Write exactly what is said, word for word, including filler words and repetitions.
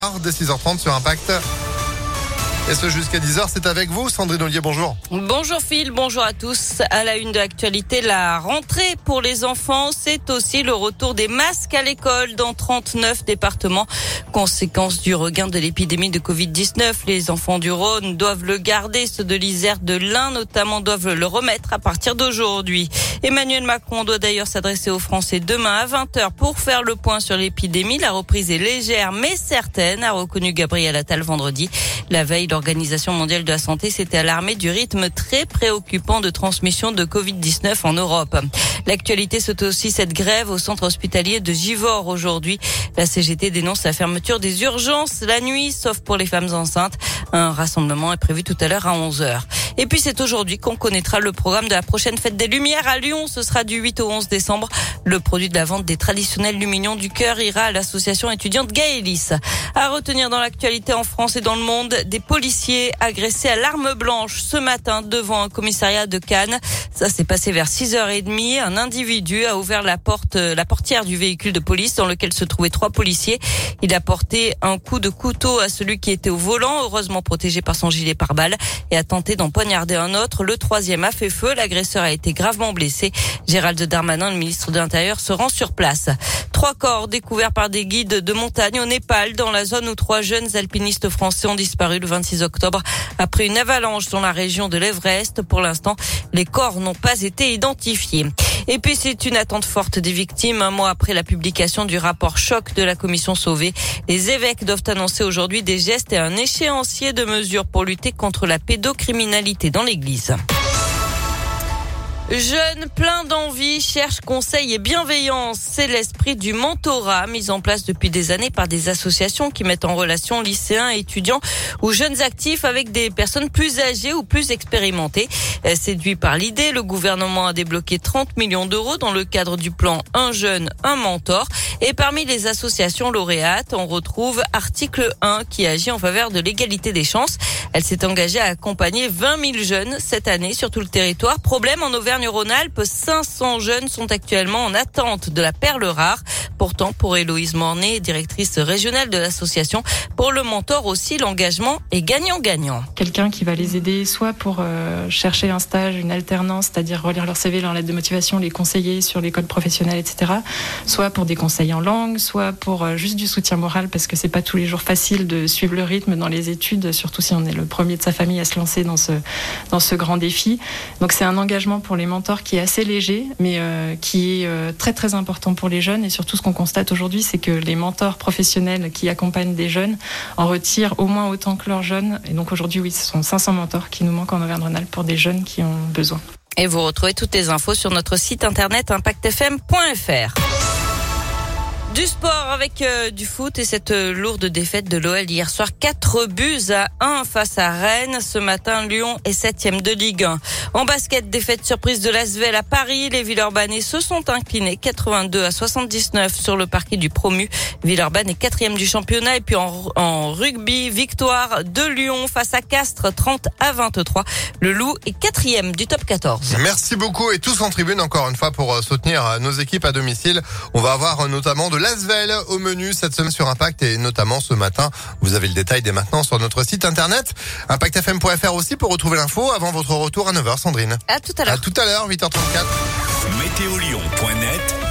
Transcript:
Dès six heures trente sur Impact. Et ce jusqu'à dix heures, c'est avec vous, Sandrine Ollier, bonjour. Bonjour Phil, bonjour à tous. À la une de l'actualité, la rentrée pour les enfants, c'est aussi le retour des masques à l'école dans trente-neuf départements. Conséquence du regain de l'épidémie de covid dix-neuf, les enfants du Rhône doivent le garder, ceux de l'Isère, de l'Ain notamment doivent le remettre à partir d'aujourd'hui. Emmanuel Macron doit d'ailleurs s'adresser aux Français demain à vingt heures pour faire le point sur l'épidémie. La reprise est légère mais certaine, a reconnu Gabriel Attal vendredi. La veille, l'Organisation mondiale de la santé s'était alarmée du rythme très préoccupant de transmission de covid dix-neuf en Europe. L'actualité, c'est aussi cette grève au centre hospitalier de Givors aujourd'hui. La C G T dénonce la fermeture des urgences la nuit, sauf pour les femmes enceintes. Un rassemblement est prévu tout à l'heure à onze heures. Et puis c'est aujourd'hui qu'on connaîtra le programme de la prochaine fête des Lumières à Lyon. Ce sera du huit au onze décembre. Le produit de la vente des traditionnels lumignons du cœur ira à l'association étudiante Gaëlis. À retenir dans l'actualité en France et dans le monde, des policiers agressés à l'arme blanche ce matin devant un commissariat de Cannes. Ça s'est passé vers six heures trente. Un individu a ouvert la porte, la portière du véhicule de police dans lequel se trouvaient trois policiers. Il a porté un coup de couteau à celui qui était au volant, heureusement protégé par son gilet pare-balles, et a tenté d'en poignarder un autre. Le troisième a fait feu. L'agresseur a été gravement blessé. Gérald Darmanin, le ministre de l'Intérieur, se rend sur place. Trois corps découverts par des guides de montagne au Népal, dans la zone où trois jeunes alpinistes français ont disparu le vingt-six octobre après une avalanche dans la région de l'Everest. Pour l'instant, les corps n'ont pas été identifiés. Et puis c'est une attente forte des victimes. Un mois après la publication du rapport choc de la commission Sauvé, les évêques doivent annoncer aujourd'hui des gestes et un échéancier de mesures pour lutter contre la pédocriminalité dans l'Église. Jeunes, plein d'envie, cherchent conseil et bienveillance. C'est l'esprit du mentorat mis en place depuis des années par des associations qui mettent en relation lycéens, étudiants ou jeunes actifs avec des personnes plus âgées ou plus expérimentées. Séduit par l'idée, le gouvernement a débloqué trente millions d'euros dans le cadre du plan Un jeune, un mentor. Et parmi les associations lauréates, on retrouve Article un qui agit en faveur de l'égalité des chances. Elle s'est engagée à accompagner vingt mille jeunes cette année sur tout le territoire. Problème, en Auvergne-Rhône-Alpes, cinq cents jeunes sont actuellement en attente de la perle rare. Pourtant, pour Héloïse Mornay, directrice régionale de l'association, pour le mentor aussi, l'engagement est gagnant-gagnant. Quelqu'un qui va les aider soit pour euh, chercher un stage, une alternance, c'est-à-dire relire leur C V, leur lettre de motivation, les conseiller sur l'école professionnelle, et cetera. Soit pour des conseils en langue, soit pour euh, juste du soutien moral, parce que c'est pas tous les jours facile de suivre le rythme dans les études, surtout si on est le premier de sa famille à se lancer dans ce, dans ce grand défi. Donc c'est un engagement pour les mentors qui est assez léger, mais euh, qui est euh, très très important pour les jeunes. Et surtout, ce qu'on constate aujourd'hui, c'est que les mentors professionnels qui accompagnent des jeunes en retirent au moins autant que leurs jeunes. Et donc aujourd'hui, oui, ce sont cinq cents mentors qui nous manquent en Auvergne-Rhône-Alpes pour des jeunes qui ont besoin. Et vous retrouvez toutes les infos sur notre site internet impact f m point f r. Du sport avec euh, du foot et cette euh, lourde défaite de l'O L hier soir. quatre buts à un face à Rennes. Ce matin, Lyon est septième de Ligue un. En basket, défaite surprise de l'A S V L à Paris. Les Villeurbanais se sont inclinés quatre-vingt-deux à soixante-dix-neuf sur le parquet du promu. Villeurbanne est quatrième du championnat. Et puis en, en rugby, victoire de Lyon face à Castres, trente à vingt-trois. Le Loup est quatrième du top quatorze. Merci beaucoup et tous en tribune encore une fois pour soutenir nos équipes à domicile. On va avoir notamment de l'A S V L au menu cette semaine sur Impact et notamment ce matin. Vous avez le détail dès maintenant sur notre site internet. impact f m point f r aussi pour retrouver l'info avant votre retour à neuf heures, Sandrine. À tout à l'heure. À tout à l'heure, huit heures trente-quatre. météo lyon point net